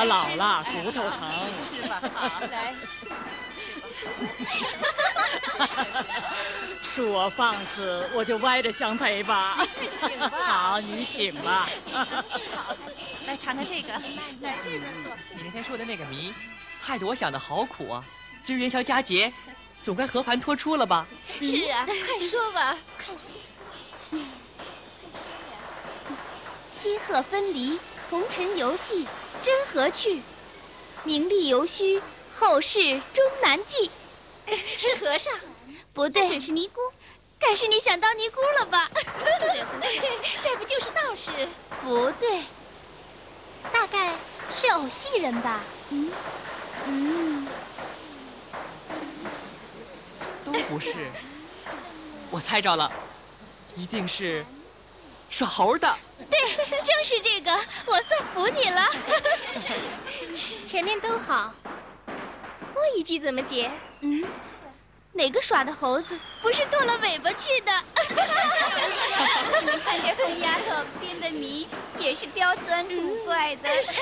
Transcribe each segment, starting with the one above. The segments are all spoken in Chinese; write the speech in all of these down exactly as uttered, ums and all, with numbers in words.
我老了，骨头疼。 吃吧，好，来。 恕我放肆，我就歪着相陪吧。 请吧。 好，你请吧。 好，来尝尝这个，来这边坐。 你那天说的那个谜，害得我想的好苦啊！至于元宵佳节，总该和盘托出了吧？ 是啊，快说吧。 快来。七鹤分离，红尘游戏，真何趣？名利犹虚，后世终难记。 是和尚。 不对， 准是尼姑。 该是你想当尼姑了吧？ 再不就是道士。 不对， 大概是偶戏人吧。 嗯嗯， 都不是。我猜着了，一定是耍猴的。 对，正是这个，我算服你了。 前面都好，后一句怎么解？ 嗯。哪个耍的猴子不是剁了尾巴去的？ 你们看这疯丫头编的谜也是刁钻古怪的。 是。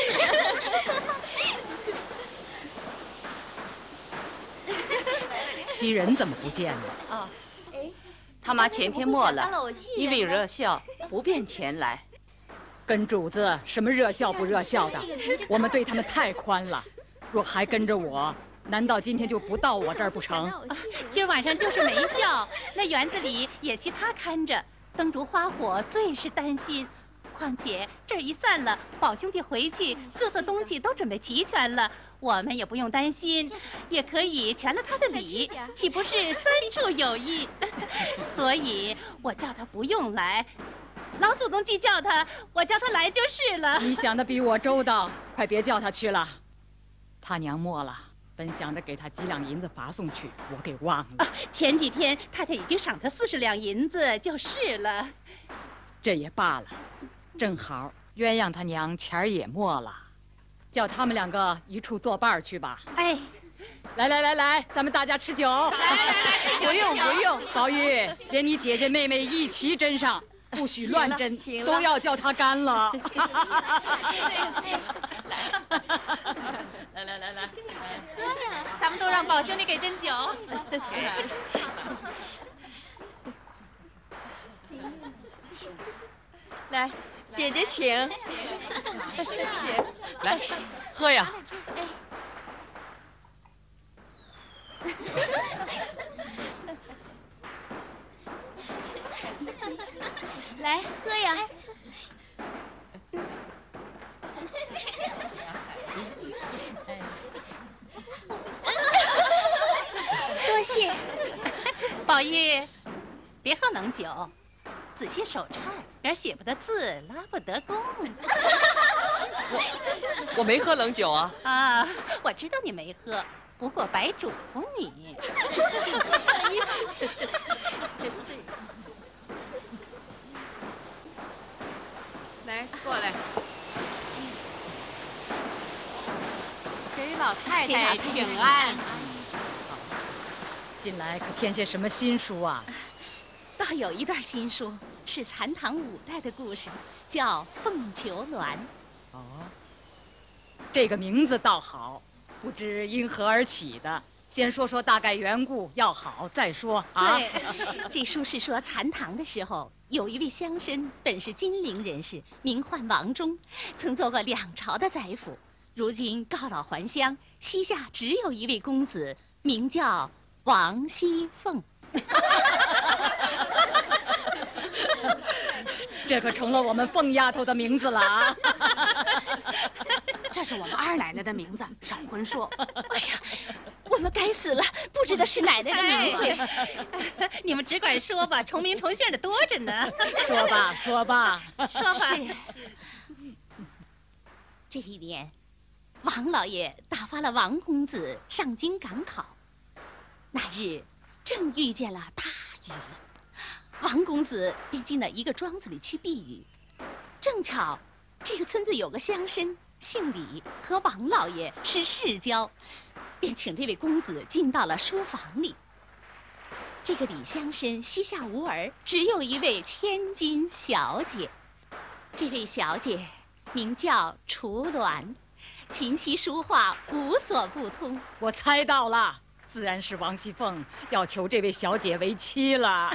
袭人怎么不见了？ 哦， 哎， 他妈前天没了，因为热笑不便前来。 跟主子什么热笑不热笑的，我们对他们太宽了。若还跟着我，难道今天就不到我这儿不成？ 今儿晚上就是没笑，那园子里也需他看着，灯烛花火最是担心。况且这儿一散了，宝兄弟回去，各色东西都准备齐全了，我们也不用担心，也可以全了他的礼，岂不是三处有益？所以我叫他不用来，老祖宗既叫他，我叫他来就是了。 你想的比我周到，快别叫他去了。他娘没了。本想着给他几两银子罚送去，我给忘了。 啊、前几天太太已经赏他四十两银子，就是了。 这也罢了，正好鸳鸯他娘钱儿也没了，叫他们两个一处作伴去吧。 哎， 来来来来，咱们大家吃酒。 来来来，吃酒。 不用不用，宝玉，连你姐姐妹妹一齐斟上，不许乱斟，都要叫他干了。来来来来， 喝呀！咱们都让宝兄弟给斟酒。 来，姐姐请。 姐，来喝呀！ 来喝呀！ 多谢。 宝玉，别喝冷酒，仔细手抄，人写不得字，拉不得弓。 我我没喝冷酒啊！ 啊，我知道你没喝，不过白嘱咐你。这意思。 来，过来。 给老太太请安。 近来可添些什么新书啊？ 倒有一段新书，是残唐五代的故事，叫《凤求鸾》。 哦，这个名字倒好，不知因何而起的。先说说大概缘故，要好再说啊。 对，这书是说残唐的时候，有一位乡绅，本是金陵人士，名唤王忠，曾做过两朝的宰辅。如今告老还乡，膝下只有一位公子，名叫王熙凤。 这可成了我们凤丫头的名字了啊！ 这是我们二奶奶的名字，少混说。 哎呀，我们该死了，不知道是奶奶的名讳。你们只管说吧，重名重姓的多着呢。 说吧，说吧， 说吧。是。这一年，王老爷打发了王公子上京赶考，那日正遇见了大雨。王公子便进了一个庄子里去避雨，正巧这个村子有个乡绅姓李，和王老爷是世交，便请这位公子进到了书房里。这个李乡绅膝下无儿，只有一位千金小姐。这位小姐名叫楚鸾， 琴棋书画无所不通。 我猜到了，自然是王熙凤要求这位小姐为妻了。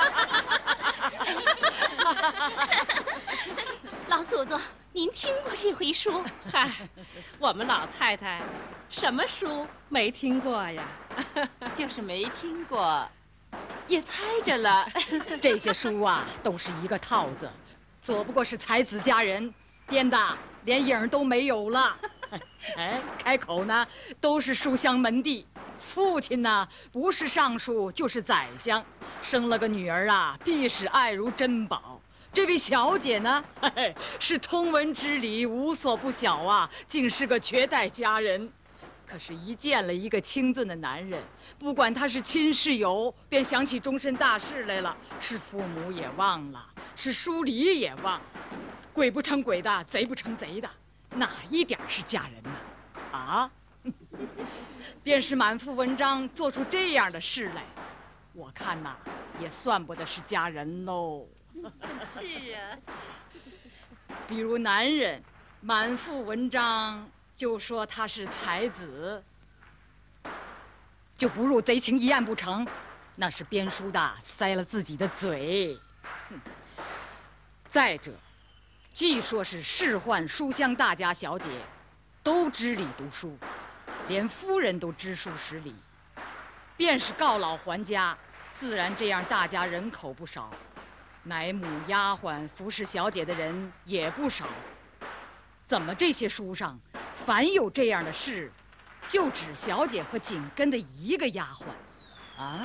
老祖宗，您听过这回书？ 嗨，我们老太太什么书没听过呀？ 就是没听过，也猜着了。 这些书啊，都是一个套子，左不过是才子佳人编的，连影都没有了。哎，开口呢都是书香门第，父亲呢不是尚书就是宰相，生了个女儿啊，必是爱如珍宝。这位小姐呢，嘿，是通文知礼，无所不晓啊，竟是个绝代佳人。可是，一见了一个清俊的男人，不管他是亲是友，便想起终身大事来了，是父母也忘了，是疏离也忘了，鬼不成鬼的，贼不成贼的，哪一点是佳人呢？啊，便是满腹文章做出这样的事来，我看呐，也算不得是佳人喽。 是啊， 比如男人满腹文章就说他是才子，就不入贼情一案不成，那是编书的塞了自己的嘴。再者，既说是仕宦书香大家小姐，都知礼读书，连夫人都知书识礼，便是告老还家，自然这样大家人口不少。乃母丫鬟服侍小姐的人也不少，怎么这些书上凡有这样的事，就指小姐和紧跟的一个丫鬟啊？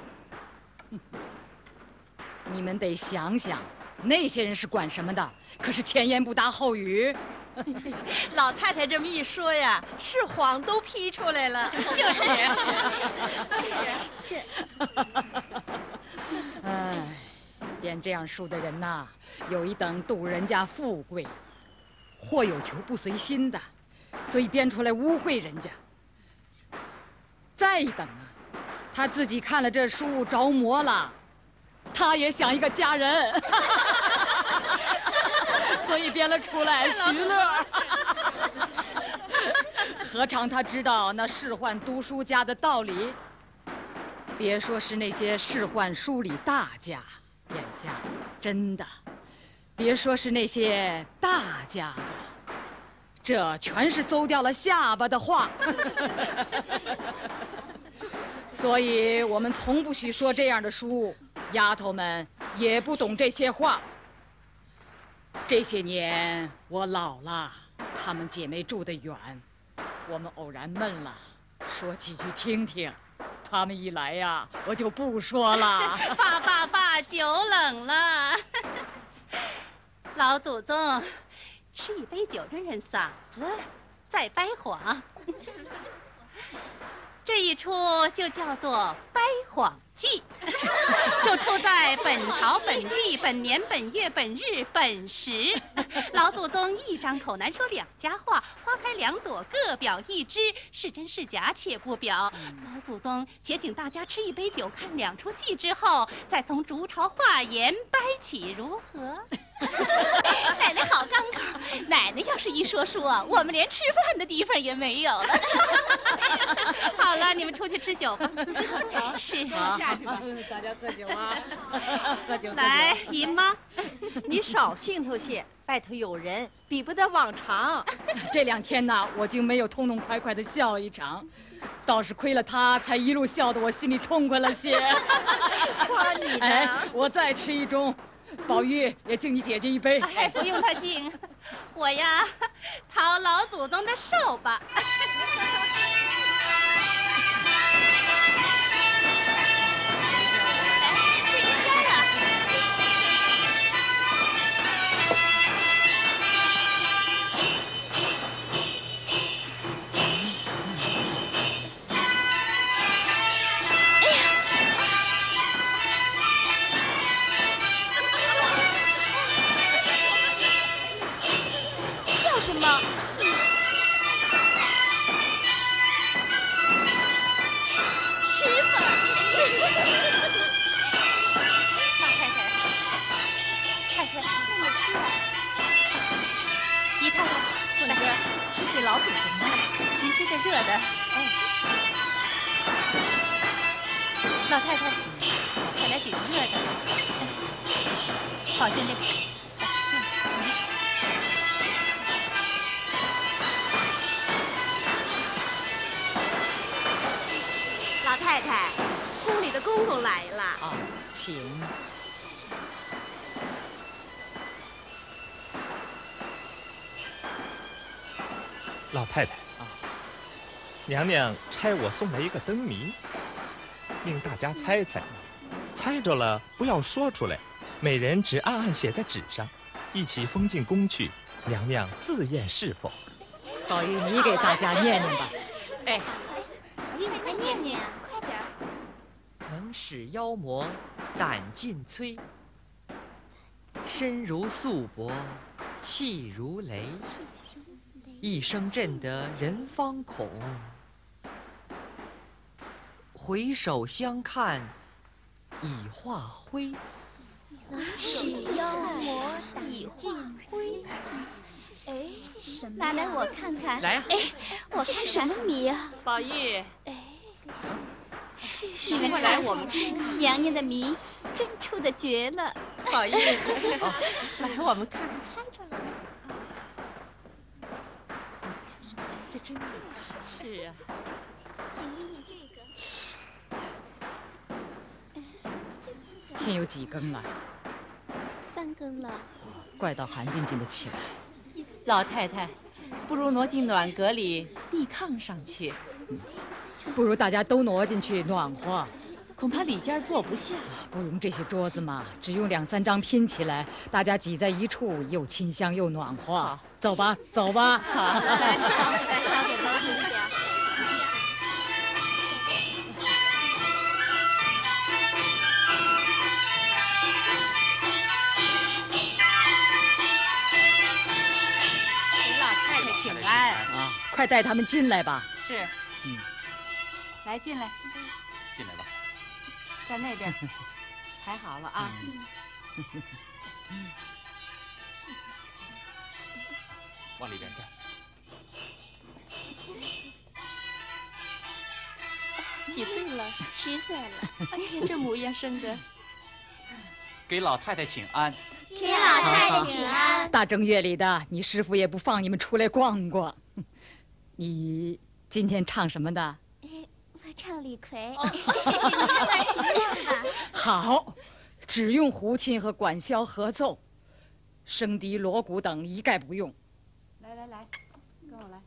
你们得想想，那些人是管什么的？可是前言不搭后语。 老太太这么一说呀，是谎都批出来了。 就是， 是这。哎。编这样书的人呐，有一等妒人家富贵，或有求不随心的，所以编出来污秽人家。再一等啊，他自己看了这书着魔了，他也想一个佳人，所以编了出来徐乐。何尝他知道那仕宦读书家的道理？别说是那些仕宦书理大家。眼下真的，别说是那些大家子，这全是邹掉了下巴的话。所以我们从不许说这样的书，丫头们也不懂这些话。这些年我老了，她们姐妹住得远，我们偶然闷了，说几句听听。他们一来呀，我就不说了。 爸爸爸，酒冷了。老祖宗，吃一杯酒润润嗓子，再掰谎。这一出就叫做掰谎记，就出在本朝本地本年本月本日本时。老祖宗一张口难说两家话，花开两朵各表一枝，是真是假且不表。老祖宗且请大家吃一杯酒，看两出戏之后，再从竹朝话言掰起，如何？奶奶好刚口，奶奶要是一说书啊，我们连吃饭的地方也没有了。好了，你们出去吃酒吧。是， 下去吧，大家喝酒啊，喝酒。 来，姨妈， 你少兴头些，外头有人，比不得往常。 这两天呢，我竟没有痛痛快快的笑了一场，倒是亏了他，才一路笑得我心里痛快了些。 夸你呢。 哎，我再吃一盅。宝玉也敬你姐姐一杯。 哎，不用他敬，我呀，讨老祖宗的寿吧。姨太太， 凤哥，吃给老祖宗吧，您吃这热的。哎，老太太，再来几个热的。好，兄弟。 老太太，宫里的公公来了。 啊，请。 老太太， 啊， 娘娘差我送来一个灯谜，命大家猜猜，猜着了不要说出来，每人只暗暗写在纸上，一起封进宫去，娘娘自验是否。 宝玉，你给大家念念吧。 哎， 你快念念，快点。 能使妖魔胆尽摧，身如素帛，气如雷。一声震得人方恐，回首相看已化灰。 使妖魔已化灰。哎，什么？拿来我看看。 来呀！ 哎，我这是什么谜啊？ 宝玉， 哎， 你们看，我们娘娘的谜真出的绝了。 宝玉，来，我们看看，猜着了。 这真的是啊。 天有几更了？ 三更了。 怪到韩进进的起来。 老太太，不如挪进暖阁里地炕上去。 不如大家都挪进去暖和。 恐怕里间坐不下。 不用这些桌子嘛，只用两三张拼起来，大家挤在一处，又清香又暖和。走吧，走吧。 好， 来，来，小姐高兴一点。 给老太太请安啊！快带他们进来吧。 是。 嗯。 来，进来。 进来吧。 站那边，排好了啊。 嗯往里边站。 几岁了？十岁了。哎呀，这模样生的。 给老太太请安。 给老太太请安。 大正月里的，你师傅也不放你们出来逛逛。你今天唱什么的？ 我唱李逵。 唱点行样吧。 好，只用胡琴和管箫合奏，笙笛、锣鼓等一概不用。 来来来，跟我来。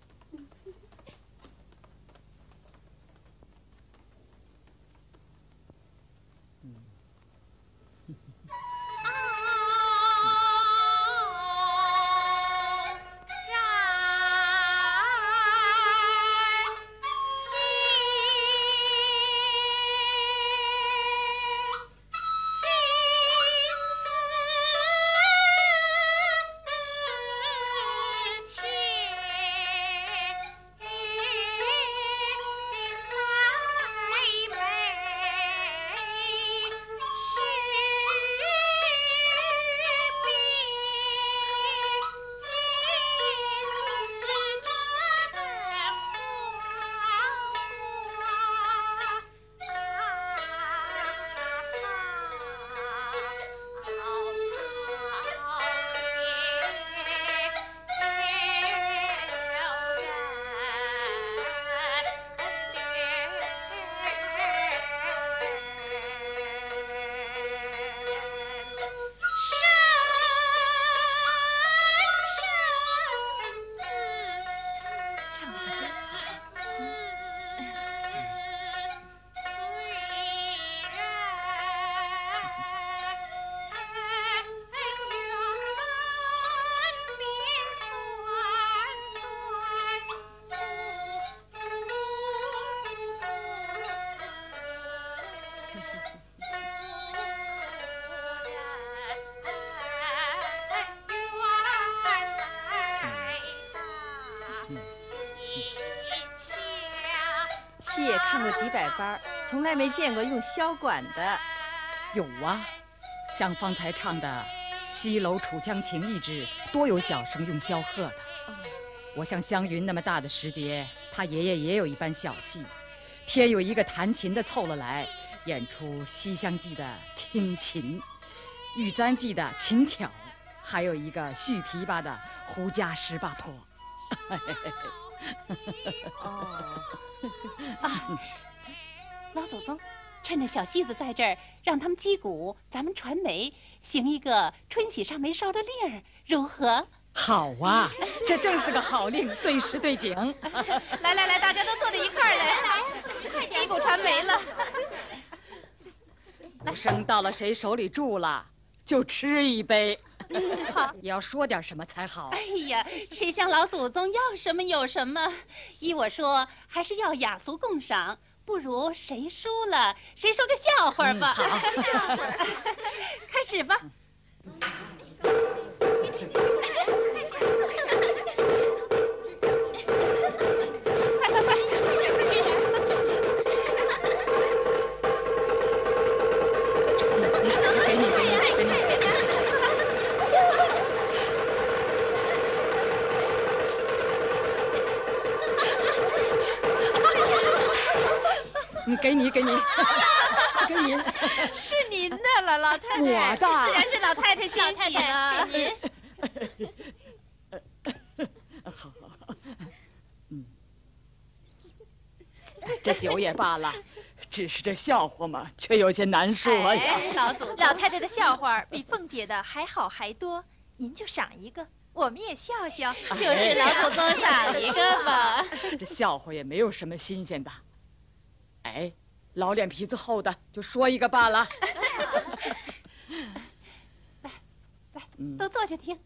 戏也看过几百班，从来没见过用箫管的。 有啊，像方才唱的《西楼楚江情》一支，多有小生用箫和的。 我像湘云那么大的时节，他爷爷也有一班小戏，偏有一个弹琴的凑了来，演出《西厢记》的听琴，《玉簪记》的琴挑，还有一个续琵琶的胡家十八坡。 哦，啊，老祖宗，趁着小戏子在这儿，让他们击鼓，咱们传媒，行一个春喜上眉梢的令儿，如何？ 好啊，这正是个好令，对时对景。 来来来，大家都坐在一块儿来，快击鼓传媒了。 鼓声到了谁手里住了，就吃一杯。 好， 也要说点什么才好。 哎呀，谁向老祖宗要什么有什么。依我说，还是要雅俗共赏，不如谁输了，谁说个笑话吧。 嗯、好， 开始吧。快快快！ 给你，给你，给你。嗯，给你，给你，给你， 是您的了，老太太。 我的， 自然是老太太先喜了。 给您。好好好，嗯，这酒也罢了，只是这笑话嘛，却有些难说呀。 哎、老祖宗， 老太太的笑话比凤姐的还好还多，您就赏一个，我们也笑笑。 就是老祖宗赏一个吧。 这笑话也没有什么新鲜的。哎，老脸皮子厚的就说一个罢了。 来，来，都坐下听。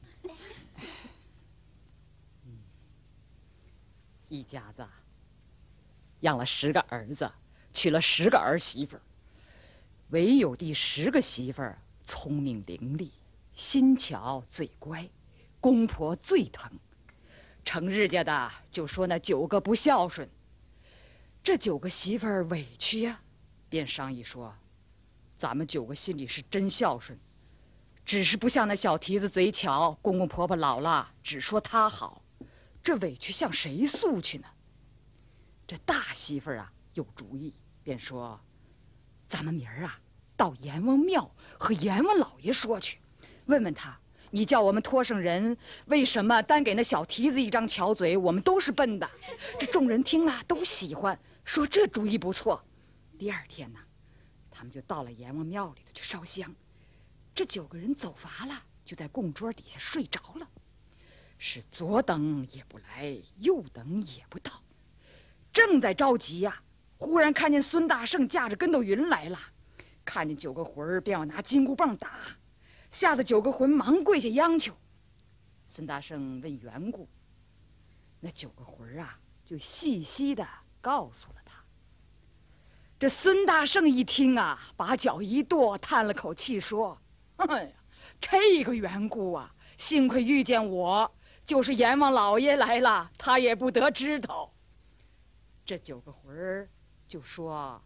一家子养了十个儿子，娶了十个儿媳妇儿，唯有第十个媳妇儿聪明伶俐，心巧嘴乖，公婆最疼。成日家的就说那九个不孝顺。这九个媳妇儿委屈呀、啊，便商议说：“咱们九个心里是真孝顺，只是不像那小蹄子嘴巧，公公婆婆老了只说他好，这委屈向谁诉去呢？”这大媳妇儿啊有主意，便说：“咱们明儿啊到阎王庙和阎王老爷说去，问问他，你叫我们托生人为什么单给那小蹄子一张巧嘴？我们都是笨的。”这众人听了都喜欢。说这主意不错。第二天呢，他们就到了阎王庙里头去烧香。这九个人走乏了，就在供桌底下睡着了。是左等也不来，右等也不到，正在着急呀、啊，忽然看见孙大圣驾着跟斗云来了，看见九个魂儿便要拿金箍棒打，吓得九个魂忙跪下央求。孙大圣问缘故，那九个魂儿啊就细细的告诉了他。这孙大圣一听啊，把脚一跺，叹了口气说：“哎呀，这个缘故啊，幸亏遇见我，就是阎王老爷来了，他也不得知道。”这九个魂儿就说：“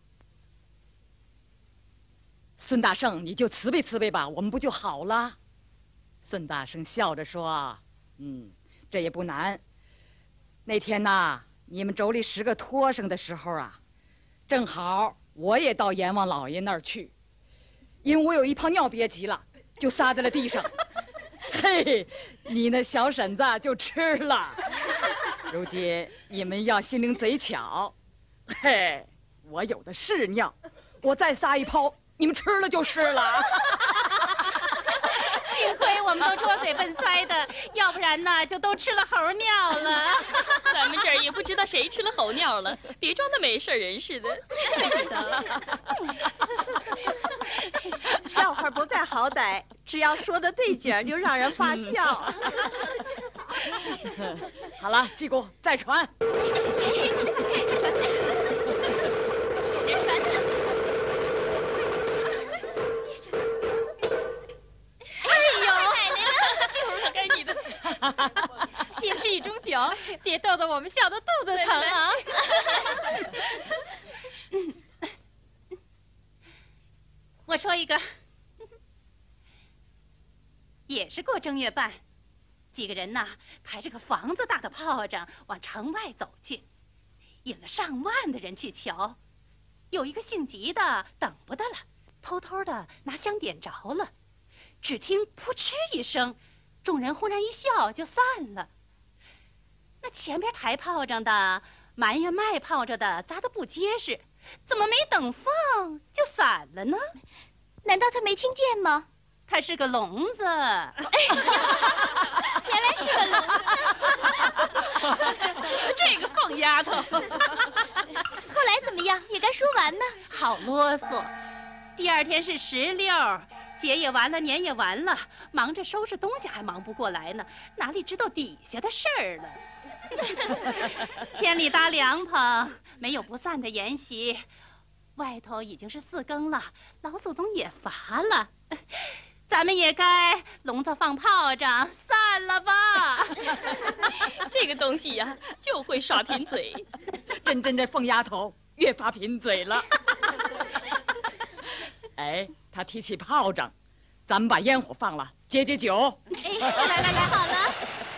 孙大圣，你就慈悲慈悲吧，我们不就好了？”孙大圣笑着说：“嗯，这也不难。那天呐，你们妯娌十个托生的时候啊，正好我也到阎王老爷那儿去，因为我有一泡尿憋急了，就撒在了地上。嘿，你那小婶子就吃了。如今你们要心灵贼巧，嘿，我有的是尿，我再撒一泡，你们吃了就是了。” 幸亏我们都拙嘴笨腮的，要不然呢就都吃了猴尿了。 咱们这儿也不知道谁吃了猴尿了，别装的没事人似的。 是的。 笑话不在好歹，只要说的对景就让人发笑。 好了，击鼓再传。 先吃一盅酒，别逗得我们笑得肚子疼啊！ 我说一个，也是过正月半， 几个人呐，抬着个房子大的炮仗往城外走去，引了上万的人去瞧。有一个姓吉的等不得了，偷偷的拿香点着了，只听扑哧一声，众人忽然一笑就散了。那前边抬炮仗的埋怨卖炮仗的砸得不结实，怎么没等放就散了呢？ 难道他没听见吗？ 他是个聋子。 原来是个聋子。这个疯丫头。 后来怎么样？也该说完呢。 好啰嗦。第二天是十六，节也完了，年也完了，忙着收拾东西还忙不过来呢，哪里知道底下的事儿了？千里搭凉棚，没有不散的筵席。外头已经是四更了，老祖宗也乏了，咱们也该笼子放炮仗，散了吧。 这个东西呀，就会耍贫嘴。 真真这疯丫头越发贫嘴了。哎，他提起炮仗，咱们把烟火放了，解解酒。 哎，来来来，好了。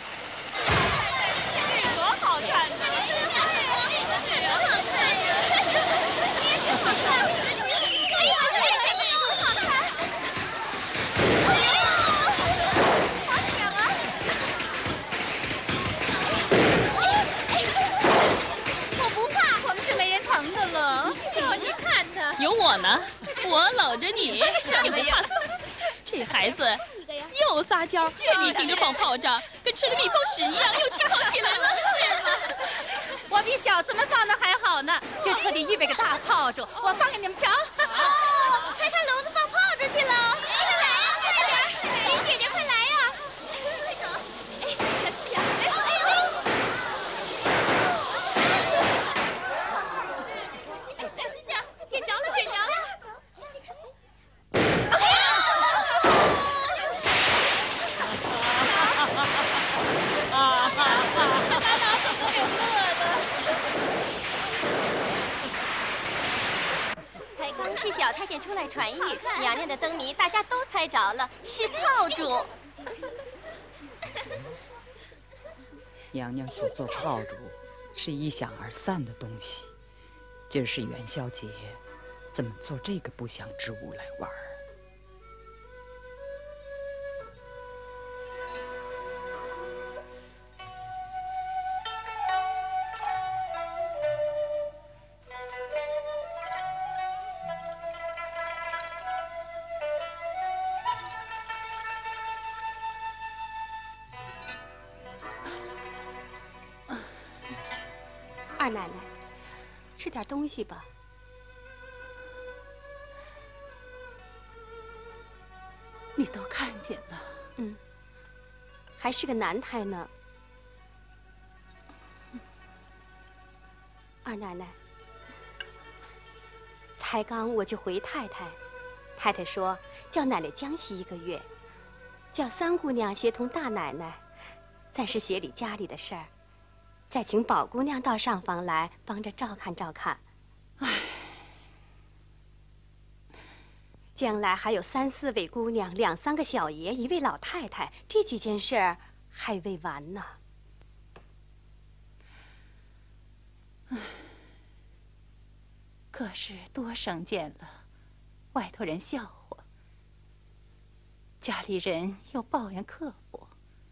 这多好看呐！ 是多好看呀！也真好看。哎呀，这个多好看！哎呦，好响啊！我不怕， 我们是没人疼的了。 哟，你看他， 有我呢，我搂着你， 算个什么呀？ 这孩子又撒娇，见你听着放炮仗，跟吃了蜜蜂屎一样，又气泡起来了，是吗？ 我比小子们放的还好呢，就特地预备个大炮竹，我放给你们瞧。 哦，快看笼子放炮竹去了，快来呀，快点！林姐姐，快来呀！快走！哎，小心点！哎呦哎呦！哎，小心点！点着了，点着了！哎呦！把老总都给乐的。 才刚是小太监出来传谕，娘娘的灯谜大家都猜着了，是炮竹。 娘娘所做炮竹是一响而散的东西，今儿是元宵节，怎么做这个不祥之物来玩儿？ 二奶奶，吃点东西吧。 你都看见了， 嗯，还是个男胎呢。二奶奶，才刚我就回太太，太太说叫奶奶将息一个月，叫三姑娘协同大奶奶，暂时协理家里的事儿。再请宝姑娘到上房来帮着照看照看。唉，将来还有三四位姑娘，两三个小爷，一位老太太，这几件事儿还未完呢。 唉，可是多生见了，外头人笑话，家里人又抱怨刻薄。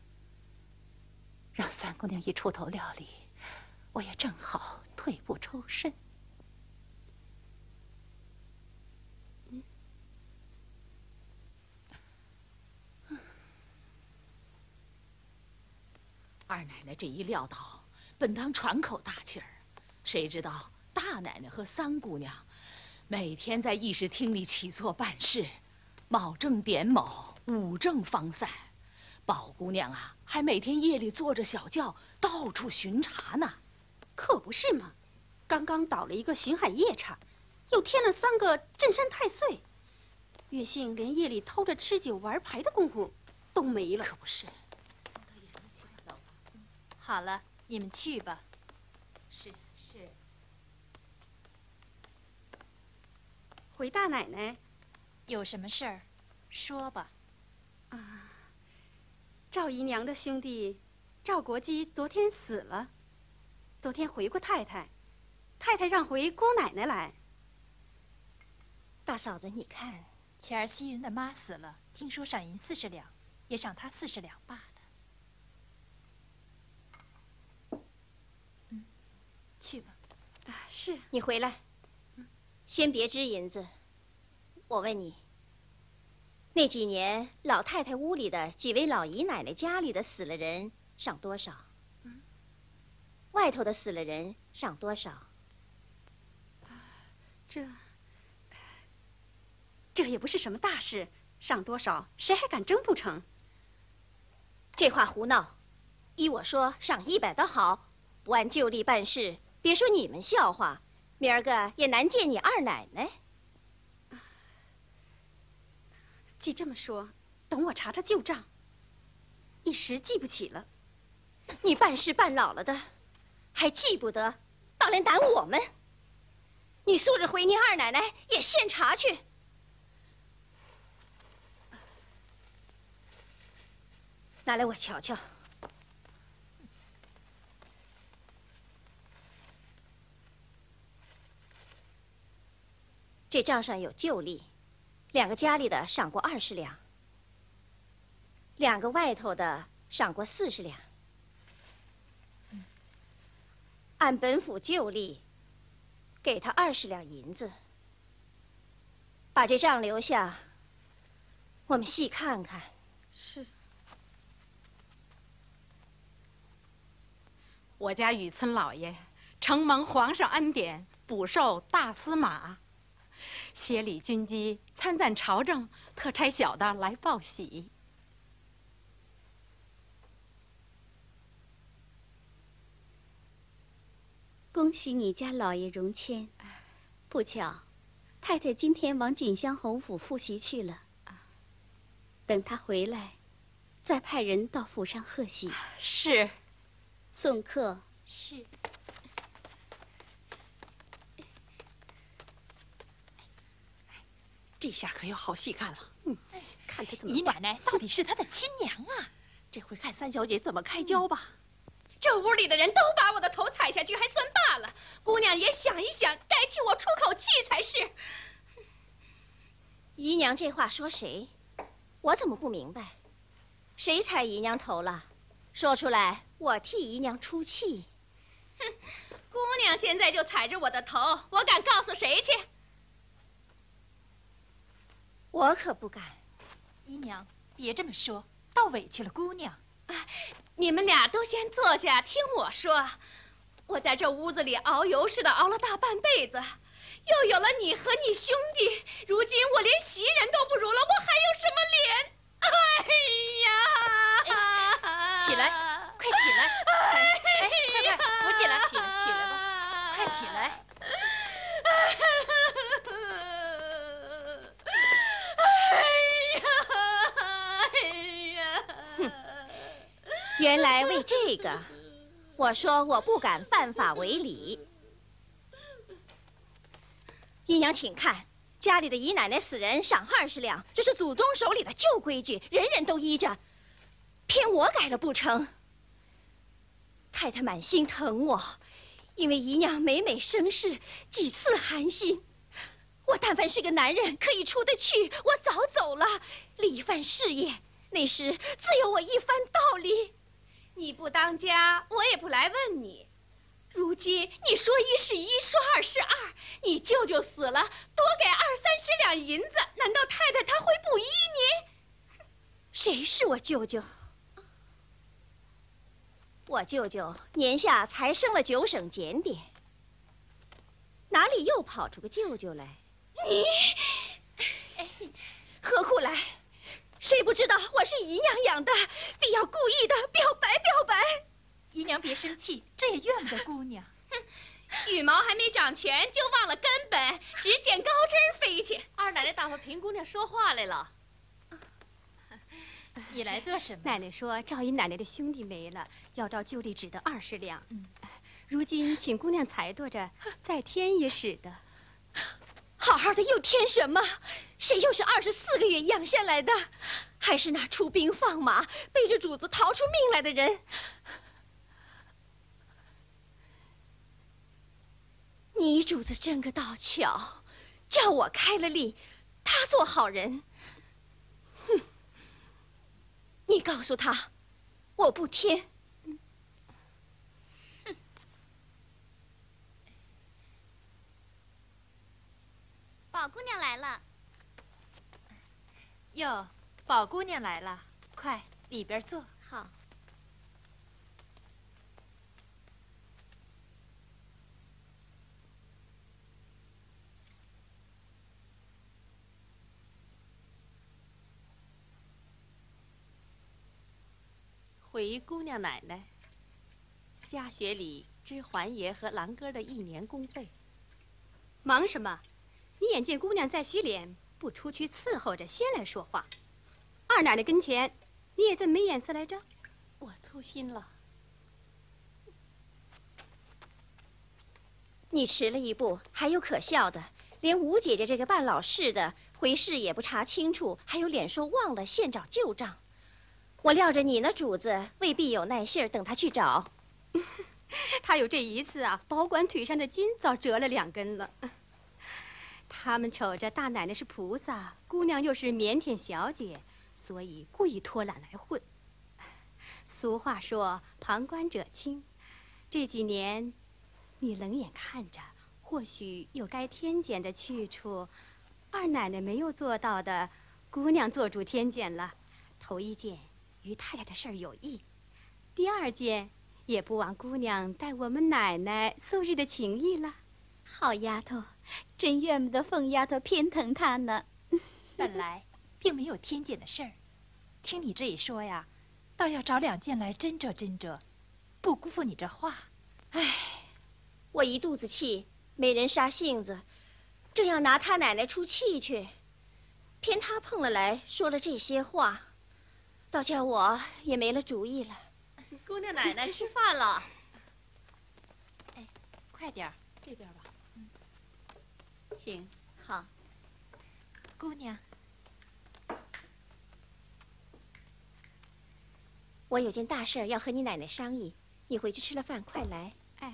让三姑娘一出头料理，我也正好退步抽身。 嗯、二奶奶这一撂倒，本当喘口大气儿，谁知道大奶奶和三姑娘每天在议事厅里起坐办事，卯正点卯，午正方散。宝姑娘啊，还每天夜里坐着小轿到处巡查呢。 可不是嘛，刚刚倒了一个巡海夜叉，又添了三个镇山太岁，月姓连夜里偷着吃酒玩牌的功夫都没了。 可不是。 好了，你们去吧。 是是。 回大奶奶， 有什么事儿，说吧。 啊。 赵姨娘的兄弟赵国基昨天死了，昨天回过太太，太太让回姑奶奶来。 大嫂子，你看，前儿袭人的妈死了，听说赏银四十两，也赏她四十两罢了。嗯，去吧。 啊，是。 你回来，先别支银子。我问你，那几年老太太屋里的几位老姨奶奶家里的死了人，赏多少？嗯。外头的死了人，赏多少？ 这。 这也不是什么大事，赏多少，谁还敢争不成？ 这话胡闹！依我说，赏一百倒好，不按旧例办事，别说你们笑话，明儿个也难见你二奶奶。 既这么说，等我查查旧账，一时记不起了。 你办事办老了的，还记不得，倒来难我们。你素日回你二奶奶也现查去。 拿来我瞧瞧。这账上有旧例，两个家里的赏过二十两，两个外头的赏过四十两。按本府旧例，给他二十两银子。把这账留下，我们细看看。 是。 我家雨村老爷承蒙皇上恩典，补授大司马，协理军机，参赞朝政，特差小的来报喜。 恭喜你家老爷荣迁。不巧，太太今天往锦香侯府复习去了。等她回来，再派人到府上贺喜。 是。 送客是。 这下可要好戏看了。 嗯，看他怎么。 姨奶奶到底是他的亲娘啊！ 这回看三小姐怎么开交吧。 嗯、这屋里的人都把我的头踩下去，还算罢了。姑娘也想一想，该替我出口气才是。 姨娘这话说谁？我怎么不明白？谁踩姨娘头了？说出来。 我替姨娘出气， 哼！姑娘现在就踩着我的头，我敢告诉谁去？ 我可不敢。 姨娘，别这么说，倒委屈了姑娘。 啊，你们俩都先坐下，听我说。我在这屋子里熬油似的熬了大半辈子，又有了你和你兄弟，如今我连袭人都不如了，我还有什么脸？哎呀！ 哎、起来。 快起来！哎，哎快快扶起来，起来，起来吧！快起来！ 哎呀！哼！原来为这个，我说我不敢犯法违礼。姨娘，请看，家里的姨奶奶死人赏二十两，这是祖宗手里的旧规矩，人人都依着，偏我改了不成？ 太太满心疼我，因为姨娘每每生事，几次寒心。我但凡是个男人，可以出得去，我早走了，立一番事业，那时自有我一番道理。 你不当家，我也不来问你。如今你说一是一，说二是二，你舅舅死了，多给二三十两银子，难道太太她会不依你？ 谁是我舅舅？ 我舅舅年下才升了九省检点，哪里又跑出个舅舅来？你，哎，何苦来？谁不知道我是姨娘养的，必要故意的表白表白。 姨娘别生气，这也怨不得姑娘。 哼，羽毛还没长全就忘了根本，只捡高枝飞去。 二奶奶打发平姑娘说话来了。 你来做什么？ 奶奶说赵姨奶奶的兄弟没了，要照旧例只得二十两。嗯，如今请姑娘裁剁着，再添也使得。 好好的又添什么？谁又是二十四个月养下来的？还还是那出兵放马、背着主子逃出命来的人。你主子真个倒巧，叫我开了例，他做好人。哼！你告诉他，我不添。 宝姑娘来了。 哟，宝姑娘来了，快里边坐。 好。 回姑娘奶奶，家学里支环爷和郎哥的一年工费。 忙什么？你眼见姑娘在洗脸，不出去伺候着，先来说话。二奶奶跟前，你也这么没眼色来着？ 我粗心了。 你迟了一步，还有可笑的，连吴姐姐这个办老事的回事也不查清楚，还有脸说忘了，现找旧账。我料着你那主子未必有耐性儿，等他去找。 他有这一次啊，保管腿上的筋早折了两根了。他们瞅着大奶奶是菩萨，姑娘又是腼腆小姐，所以故意拖懒来混。俗话说旁观者清，这几年你冷眼看着，或许有该添减的去处。二奶奶没有做到的，姑娘做主添减了。头一件于太太的事儿有益，第二件也不枉姑娘待我们奶奶素日的情谊了。 好丫头，真怨不得凤丫头偏疼她呢。 本来并没有添减的事儿，听你这一说呀，倒要找两件来斟酌斟酌，不辜负你这话。 唉，我一肚子气，没人杀性子，正要拿他奶奶出气去，偏他碰了来说了这些话，倒叫我也没了主意了。 姑娘奶奶吃饭了。 哎，快点儿，这边吧。嗯， 请。 好。 姑娘， 我有件大事要和你奶奶商议，你回去吃了饭快来。 哎。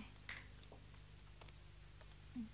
嗯。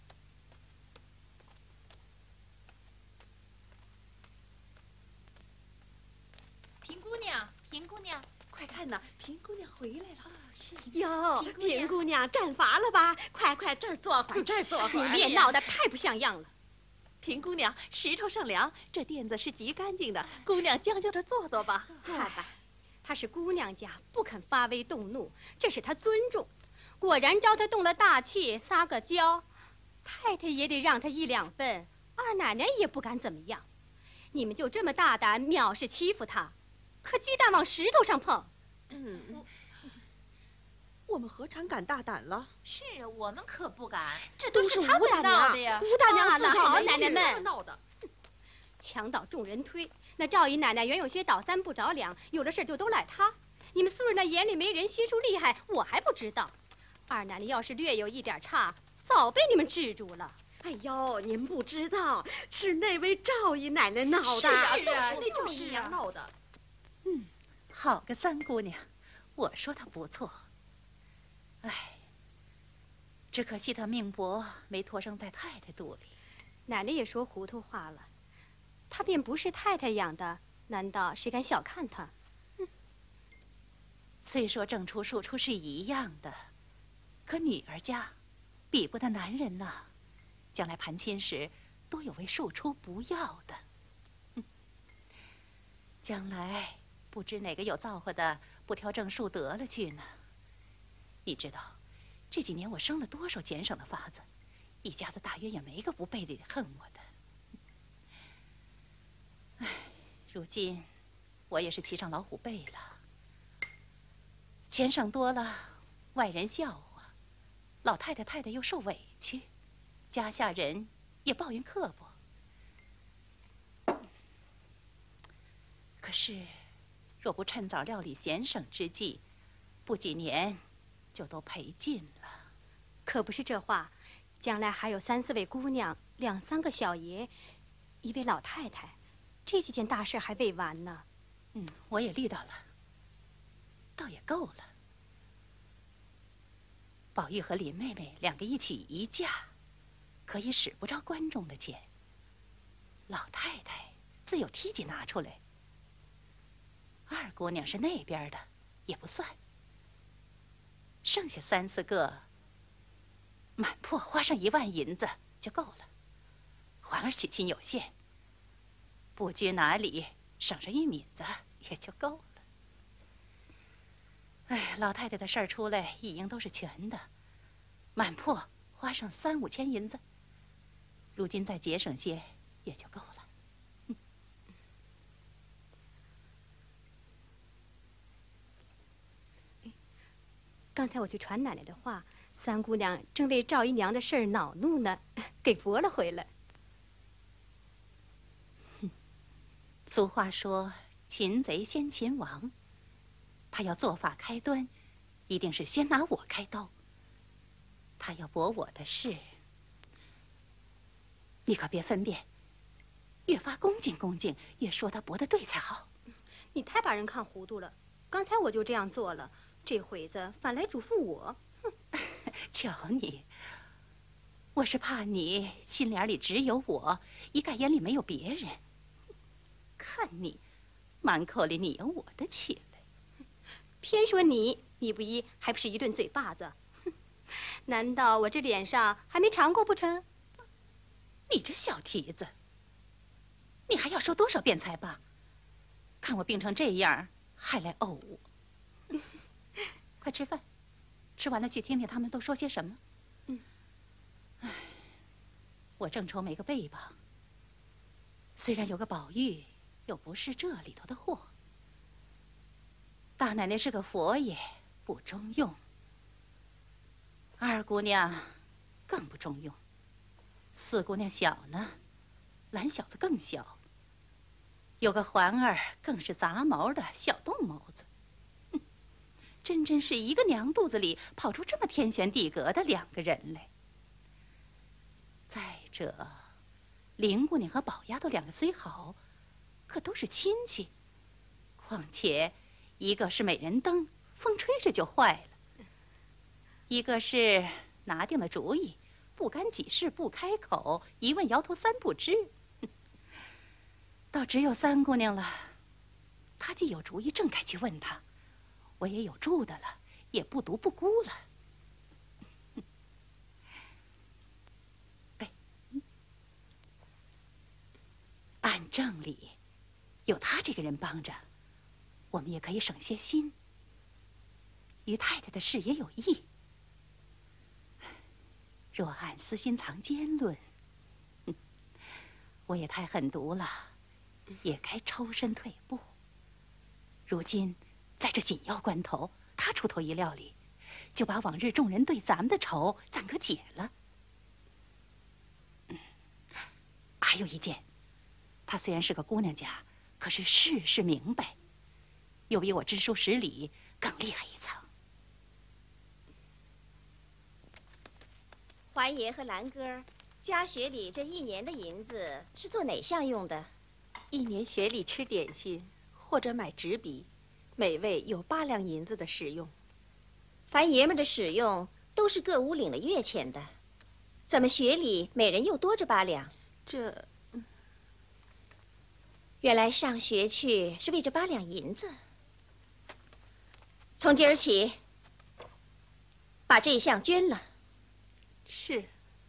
平姑娘，平姑娘。 快看呐，平姑娘回来了。 是哟， 平姑娘站乏了吧？快快这儿坐会儿，这儿坐会儿。 你们也闹得太不像样了。 平姑娘，石头上梁，这垫子是极干净的，姑娘将就着坐坐吧。 坐吧。她是姑娘家，不肯发威动怒，这是她尊重。果然招她动了大气，撒个娇，太太也得让她一两份，二奶奶也不敢怎么样。你们就这么大胆藐视欺负她，可鸡蛋往石头上碰。 嗯，我们何尝敢大胆了？ 是我们可不敢， 这都是他们闹的呀。 吴大娘自好奶奶们闹的， 墙倒众人推。那赵姨奶奶原有些倒三不着两，有的事就都赖她。你们素日那眼里没人，心术厉害，我还不知道。二奶奶要是略有一点差，早被你们制住了。 哎呦，您不知道，是那位赵姨奶奶闹的。 是啊， 都是那赵姨娘闹的。嗯，好个三姑娘，我说她不错。哎，只可惜她命薄，没托生在太太肚里。 奶奶也说糊涂话了，她便不是太太养的，难道谁敢小看她？ 嗯，虽说正出庶出是一样的，可女儿家比不得男人呐。将来盘亲时，多有为庶出不要的。嗯，将来不知哪个有造化的不挑正数得了去呢。你知道，这几年我生了多少俭省的法子，一家子大约也没个不背里恨我的。唉，如今我也是骑上老虎背了，钱省多了，外人笑话，老太太太太又受委屈，家下人也抱怨刻薄。可是，若不趁早料理俭省之计，不几年就都赔尽了。 可不是这话，将来还有三四位姑娘，两三个小爷，一位老太太，这几件大事还未完呢。 嗯，我也虑到了，倒也够了。宝玉和林妹妹两个一起一嫁，可以使不着观众的钱。老太太自有梯级拿出来。二姑娘是那边的，也不算。剩下三四个，满铺花上一万银子就够了。环儿娶亲有限，不拘哪里，省上一米子也就够了。哎，老太太的事儿出来，一应都是全的，满铺花上三五千银子，如今再节省些也就够了。 刚才我去传奶奶的话，三姑娘正为赵姨娘的事儿恼怒呢，给驳了回来。 俗话说“擒贼先擒王”，他要做法开端，一定是先拿我开刀。他要驳我的事，你可别分辨，越发恭敬恭敬，越说他驳得对才好。 你太把人看糊涂了，刚才我就这样做了。这会子反来嘱咐我， 瞧你，我是怕你心眼里只有我，一概眼里没有别人。看你满口里你有我的起来， 偏说你，你不依还不是一顿嘴巴子？难道我这脸上还没尝过不成？ 你这小蹄子，你还要说多少遍才罢？看我病成这样，还来怄我。快吃饭，吃完了去听听他们都说些什么。嗯，唉，我正愁没个背膀。虽然有个宝玉，又不是这里头的货。大奶奶是个佛爷，不中用。二姑娘更不中用。四姑娘小呢，懒小子更小。有个环儿更是杂毛的小动毛子。真真是一个娘肚子里跑出这么天旋地隔的两个人来。再者，林姑娘和宝丫头两个虽好，可都是亲戚。况且，一个是美人灯，风吹着就坏了；一个是拿定了主意，不干己事不开口，一问摇头三不知。倒只有三姑娘了，她既有主意，正该去问她。我也有住的了，也不独不孤了。哎，按正理，有他这个人帮着，我们也可以省些心，于太太的事也有益。若按私心藏奸论，我也太狠毒了，也该抽身退步。如今在这紧要关头，他出头意料里，就把往日众人对咱们的仇暂可解了。嗯，还有一件，她虽然是个姑娘家，可是事事明白，又比我知书识礼更厉害一层。 环爷和兰哥，家学里这一年的银子是做哪项用的？ 一年学里吃点心或者买纸笔。每位有八两银子的使用， 凡爷们的使用都是各屋领了月钱的，怎么学里每人又多着八两？ 这， 原来上学去是为这八两银子。从今儿起，把这一项捐了。 是。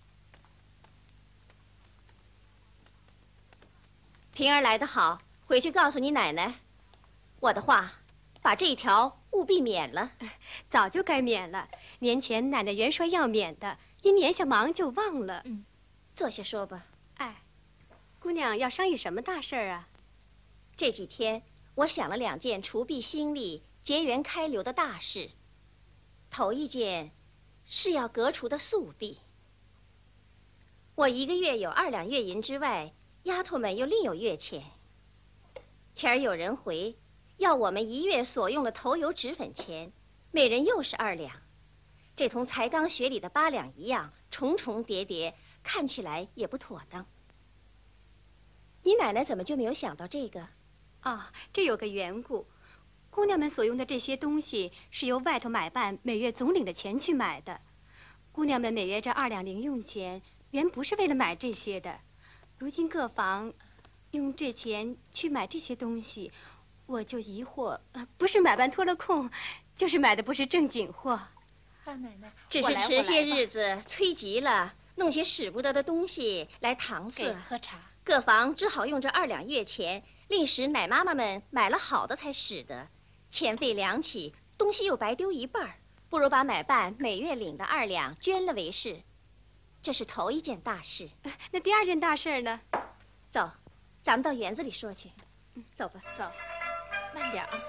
平儿来得好，回去告诉你奶奶，我的话。把这一条务必免了， 早就该免了。年前奶奶原说要免的，一年下忙就忘了。 嗯，坐下说吧。 哎，姑娘要商议什么大事儿啊？ 这几天我想了两件除弊兴利、结缘开流的大事。头一件是要革除的宿弊。我一个月有二两月银之外，丫头们又另有月钱。前儿有人回。要我们一月所用的头油脂粉钱，每人又是二两，这同才刚学里的八两一样，重重叠叠，看起来也不妥当。你奶奶怎么就没有想到这个？ 哦，这有个缘故。姑娘们所用的这些东西是由外头买办每月总领的钱去买的。姑娘们每月这二两零用钱，原不是为了买这些的。如今各房用这钱去买这些东西，我就疑惑，呃，不是买办脱了空，就是买的不是正经货。 大奶奶， 只是迟些日子催急了，弄些使不得的东西来搪塞。 喝茶。 各房只好用这二两月钱，另使奶妈妈们买了好的才使得。钱费两起，东西又白丢一半儿，不如把买办每月领的二两捐了为是。这是头一件大事。 那第二件大事呢？ 走，咱们到园子里说去。嗯，走吧， 走。 慢点啊。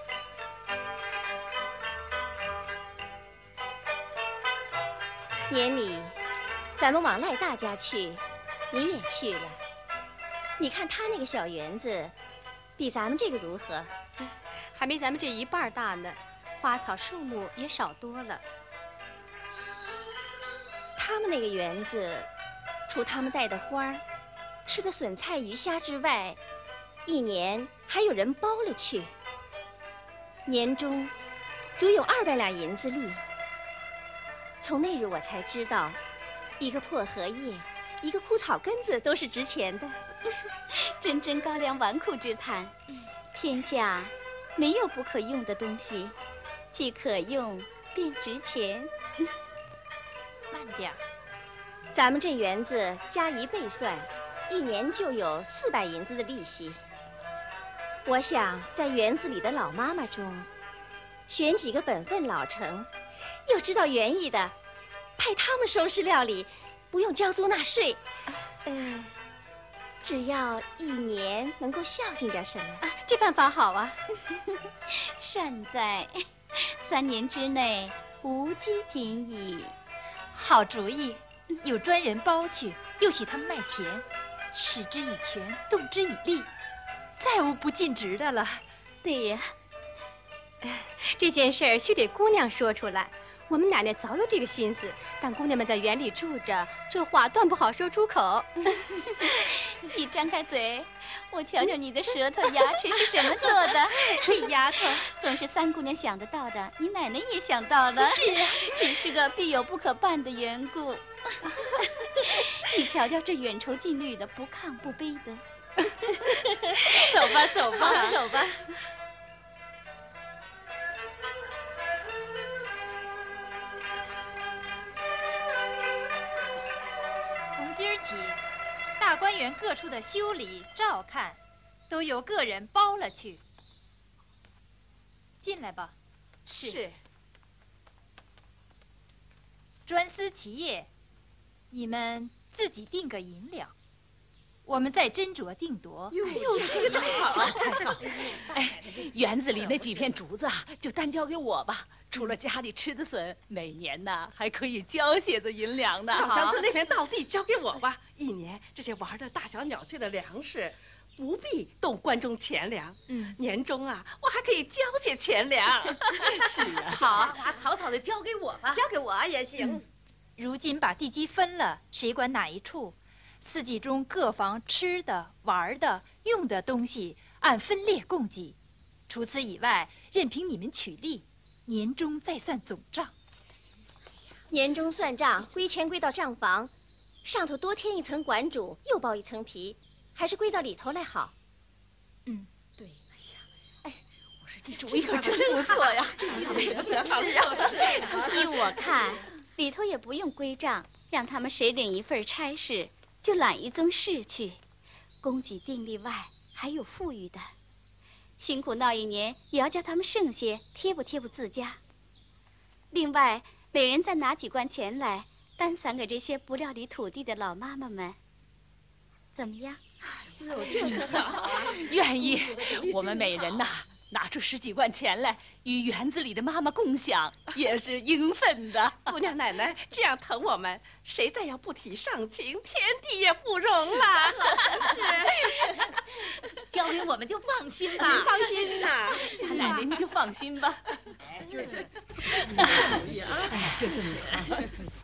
年里，咱们往赖大家去，你也去了。你看他那个小园子，比咱们这个如何？ 还没咱们这一半大呢，花草树木也少多了。 他们那个园子，除他们带的花儿、吃的笋菜鱼虾之外，一年还有人包了去，年终足有二百两银子利。从那日我才知道，一个破荷叶，一个枯草根子都是值钱的。 真真高粱纨绔之谈，天下没有不可用的东西，既可用便值钱。 慢点， 咱们这园子加一倍算，一年就有四百银子的利息。我想在园子里的老妈妈中，选几个本分老成，又知道园艺的，派他们收拾料理，不用交租纳税。嗯。只要一年能够孝敬点什么， 啊，这办法好啊！ 善哉，三年之内无饥馑矣。 好主意，有专人包去，又许他们卖钱，使之以权，动之以利，再无不尽职的了。 对呀，这件事儿须得姑娘说出来。我们奶奶早有这个心思，但姑娘们在园里住着，这话断不好说出口。 你张开嘴，我瞧瞧你的舌头、牙齿是什么做的。这丫头总是三姑娘想得到的，你奶奶也想到了。 是啊， 只是个必有不可办的缘故。你瞧瞧这远绸近绿的，不亢不卑的。 走吧，走吧，走吧。 今儿起，大观园各处的修理照看，都由个人包了去。进来吧。 是。是。 专司其业，你们自己定个银两，我们再斟酌定夺。 哟，这个正好， 太好。哎，园子里那几片竹子啊，就单交给我吧。除了家里吃的笋，每年呢还可以交些子银两呢。 老乡村那片稻地交给我吧，一年这些玩的大小鸟雀的粮食，不必动关中钱粮。嗯，年终啊，我还可以交些钱粮。 是啊， 好， 花花草草的交给我吧， 交给我也行。 嗯，如今把地基分了，谁管哪一处？四季中各房吃的、玩的、用的东西按分列供给，除此以外，任凭你们取利。年终再算总账。 年终算账，归钱归到账房，上头多添一层管主，又包一层皮，还是归到里头来好。 嗯， 对。哎呀，哎，我说这主意可真不错呀！这一定得好。是啊， 依我看，里头也不用归账，让他们谁领一份差事，就揽一宗事去。供给定例外，还有富裕的。辛苦闹一年，也要叫他们剩些，贴补贴补自家。另外，每人再拿几贯钱来，单散给这些不料理土地的老妈妈们，怎么样？ 哟，真好，愿意。我们每人呐，拿出十几贯钱来，与园子里的妈妈共享，也是应分的。 姑娘奶奶这样疼我们，谁再要不提上情，天地也不容了。 是，交给我们就放心吧。 您放心呐， 大奶奶您就放心吧。 就是， 哎，就是你。